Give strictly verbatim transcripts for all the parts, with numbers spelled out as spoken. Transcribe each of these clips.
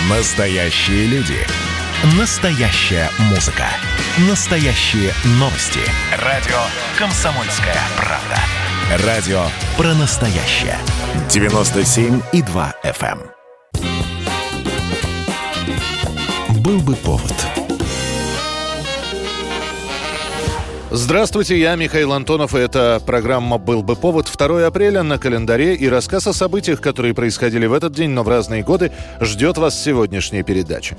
Настоящие люди. Настоящая музыка. Настоящие новости. Радио «Комсомольская правда». Радио про настоящее. девяносто семь и два эф эм. Был бы повод. Здравствуйте, я Михаил Антонов, и это программа «Был бы повод». второе апреля на календаре, и рассказ о событиях, которые происходили в этот день, но в разные годы, ждет вас сегодняшняя передача.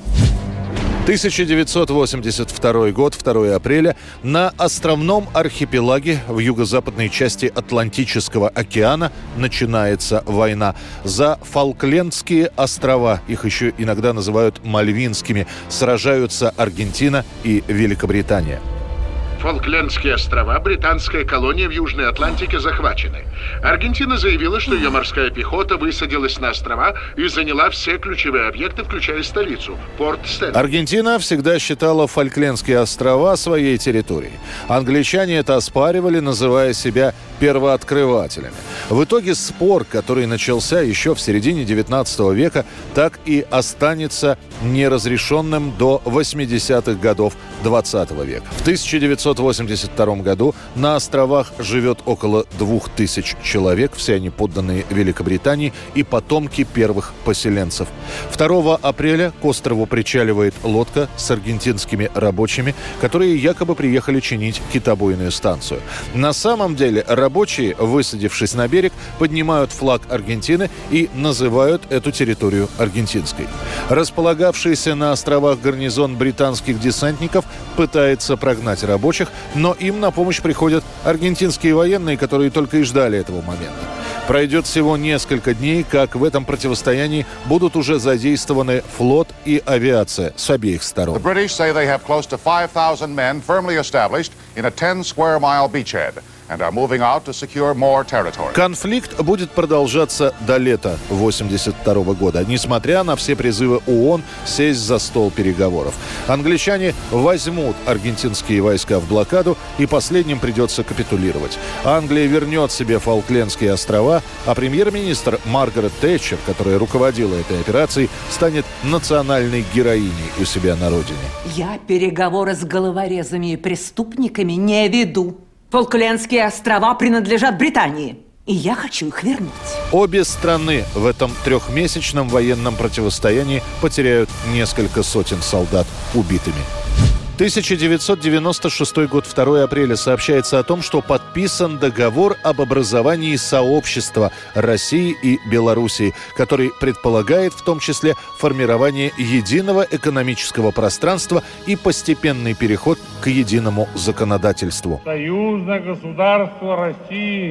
тысяча девятьсот восемьдесят второй год, второе апреля. На островном архипелаге в юго-западной части Атлантического океана начинается война. За Фолклендские острова, их еще иногда называют Мальвинскими, сражаются Аргентина и Великобритания. Фолклендские острова, британская колония в Южной Атлантике, захвачены. Аргентина заявила, что ее морская пехота высадилась на острова и заняла все ключевые объекты, включая столицу – Порт-Сент. Аргентина всегда считала Фолклендские острова своей территорией. Англичане это оспаривали, называя себя первооткрывателями. В итоге спор, который начался еще в середине девятнадцатого века, так и останется неразрешенным до восьмидесятых годов двадцатого века. В тысяча девятьсот восемьдесят втором году на островах живет около двух тысяч человек, все они подданные Великобритании и потомки первых поселенцев. второго апреля к острову причаливает лодка с аргентинскими рабочими, которые якобы приехали чинить китобойную станцию. На самом деле рабочие, высадившись на берег, поднимают флаг Аргентины и называют эту территорию аргентинской. Располагавшийся на островах гарнизон британских десантников пытается прогнать рабочих, но им на помощь приходят аргентинские военные, которые только и ждали этого момента. Пройдет всего несколько дней, как в этом противостоянии будут уже задействованы флот и авиация с обеих сторон. The British say they have close to five thousand men firmly established in a ten square mile beachhead and are moving out to secure more territory. Конфликт будет продолжаться до лета восемьдесят второго года, несмотря на все призывы ООН сесть за стол переговоров. Англичане возьмут аргентинские войска в блокаду, и последним придется капитулировать. Англия вернет себе Фолклендские острова, а премьер-министр Маргарет Тэтчер, которая руководила этой операцией, станет национальной героиней у себя на родине. Я переговоры с головорезами и преступниками не веду. Фолклендские острова принадлежат Британии, и я хочу их вернуть. Обе страны в этом трехмесячном военном противостоянии потеряют несколько сотен солдат убитыми. тысяча девятьсот девяносто шестой год, второе апреля, сообщается о том, что подписан договор об образовании сообщества России и Белоруссии, который предполагает в том числе формирование единого экономического пространства и постепенный переход к единому законодательству. Союзное государство России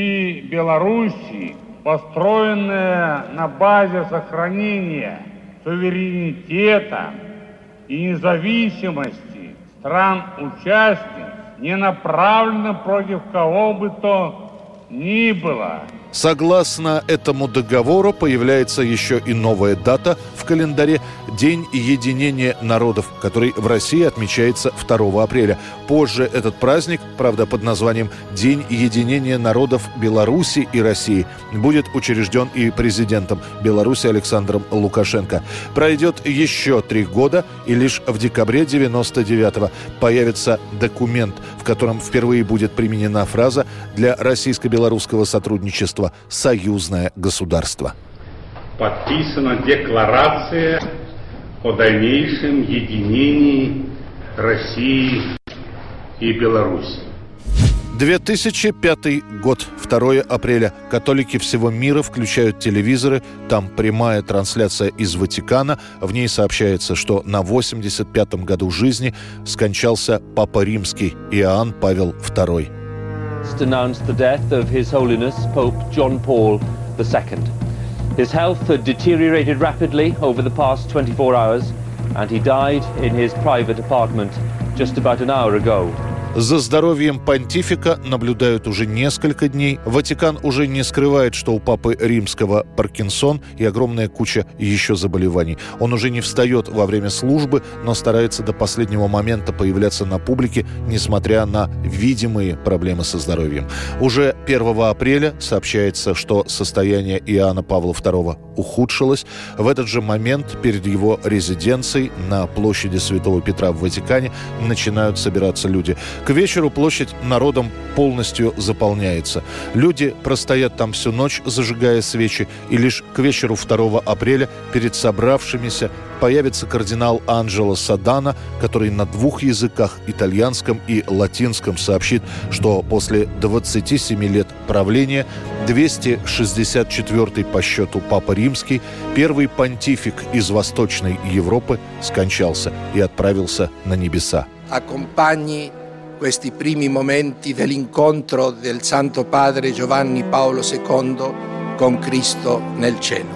и Белоруссии, построенное на базе сохранения суверенитета и независимости стран-участниц, не направлено против кого бы то ни было. Согласно этому договору появляется еще и новая дата в календаре – День единения народов, который в России отмечается второго апреля. Позже этот праздник, правда под названием День единения народов Беларуси и России, будет учрежден и президентом Беларуси Александром Лукашенко. Пройдет еще три года, и лишь в декабре девяносто девятого появится документ, в котором впервые будет применена фраза для российско-белорусского сотрудничества «союзное государство». Подписана декларация о дальнейшем единении России и Беларуси. две тысячи пятый год, второе апреля. Католики всего мира включают телевизоры. Там прямая трансляция из Ватикана. В ней сообщается, что на восемьдесят пятом году жизни скончался Папа Римский Иоанн Павел второй. Announced the death of His Holiness Pope John Paul the Second. His health had deteriorated rapidly over the past twenty-four hours, and he died in his private apartment just about an hour ago. За здоровьем понтифика наблюдают уже несколько дней. Ватикан уже не скрывает, что у папы римского Паркинсон и огромная куча еще заболеваний. Он уже не встает во время службы, но старается до последнего момента появляться на публике, несмотря на видимые проблемы со здоровьем. Уже первого апреля сообщается, что состояние Иоанна Павла второго ухудшилось. В этот же момент перед его резиденцией на площади Святого Петра в Ватикане начинают собираться люди. К вечеру площадь народом полностью заполняется. Люди простоят там всю ночь, зажигая свечи, и лишь к вечеру второго апреля перед собравшимися появится кардинал Анджело Содано, который на двух языках, итальянском и латинском, сообщит, что после двадцати семи лет правления двести шестьдесят четвёртый по счету Папа Римский, первый понтифик из Восточной Европы, скончался и отправился на небеса. Accompagni questi primi momenti dell'incontro del Santo Padre Giovanni Paolo secondo con Cristo nel cielo.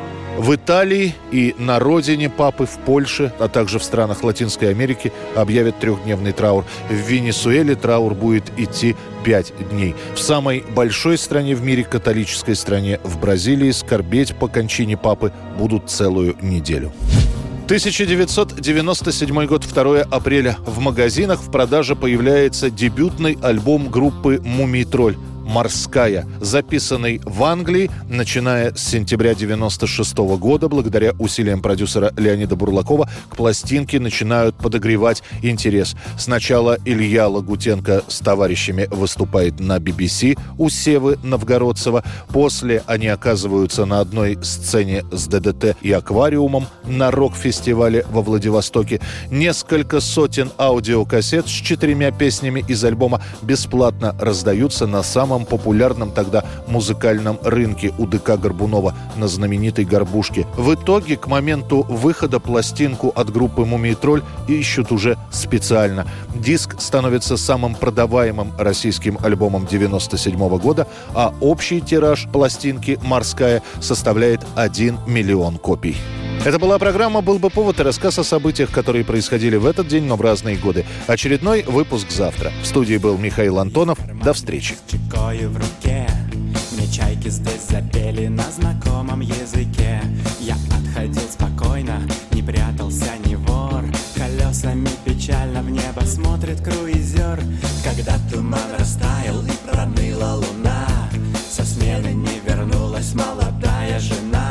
В Италии и на родине папы, в Польше, а также в странах Латинской Америки объявят трехдневный траур. В Венесуэле траур будет идти пять дней. В самой большой стране в мире, католической стране, в Бразилии, скорбеть по кончине папы будут целую неделю. тысяча девятьсот девяносто седьмой год, второго апреля. В магазинах в продаже появляется дебютный альбом группы «Мумий Тролль» «Морская», записанный в Англии, начиная с сентября девяносто шестого года. Благодаря усилиям продюсера Леонида Бурлакова к пластинке начинают подогревать интерес. Сначала Илья Лагутенко с товарищами выступает на би би си у Севы Новгородцева. После они оказываются на одной сцене с ДДТ и Аквариумом на рок-фестивале во Владивостоке. Несколько сотен аудиокассет с четырьмя песнями из альбома бесплатно раздаются на самом популярном тогда музыкальном рынке у ДК Горбунова на знаменитой «Горбушке». В итоге к моменту выхода пластинку от группы «Мумий Тролль» ищут уже специально. Диск становится самым продаваемым российским альбомом девяносто седьмого года, а общий тираж пластинки «Морская» составляет один миллион копий. Это была программа «Был бы повод» и рассказ о событиях, которые происходили в этот день, но в разные годы. Очередной выпуск завтра. В студии был Михаил Антонов. До встречи. В руке мне чайки здесь запели на знакомом языке. Я отходил спокойно, не прятался ни вор. Колесами печально в небо смотрит круизер. Когда туман растаял и проныла луна, со смены не вернулась молодая жена.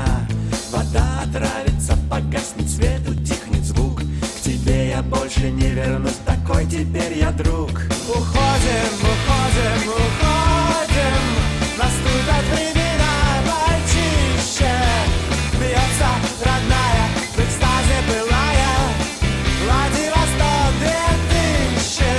Вода отравится, погаснет свет, утихнет звук. К тебе я больше не вернусь, такой теперь я друг. Уходим, уходим, уходим, наступят времена почище. Бьется родная, в экстазе былая, Владивосток две тысячи.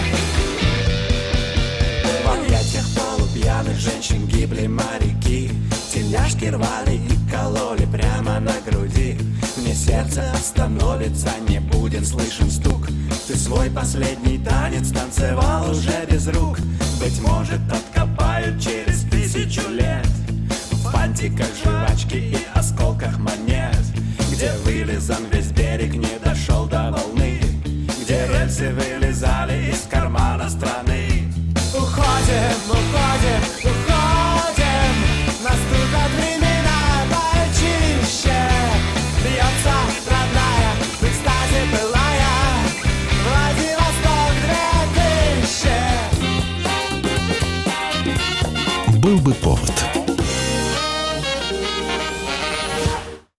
В объятиях полупьяных женщин гибли моряки. Тельняшки рвали и кололи прямо на груди. Мне сердце остановится, не будет слышен стук. Ты свой последний танец танцевал уже без рук. Быть может, откопают через тысячу лет в фантиках жвачки и осколках монет, где вылизан весь берег, не дошел до волны, где рельсы вылезали из кармана страны. Уходим, уходим, уходим, наступят времена почище. Бьется родная, в экстазе былая, Владивосток две тысячи. Был бы повод.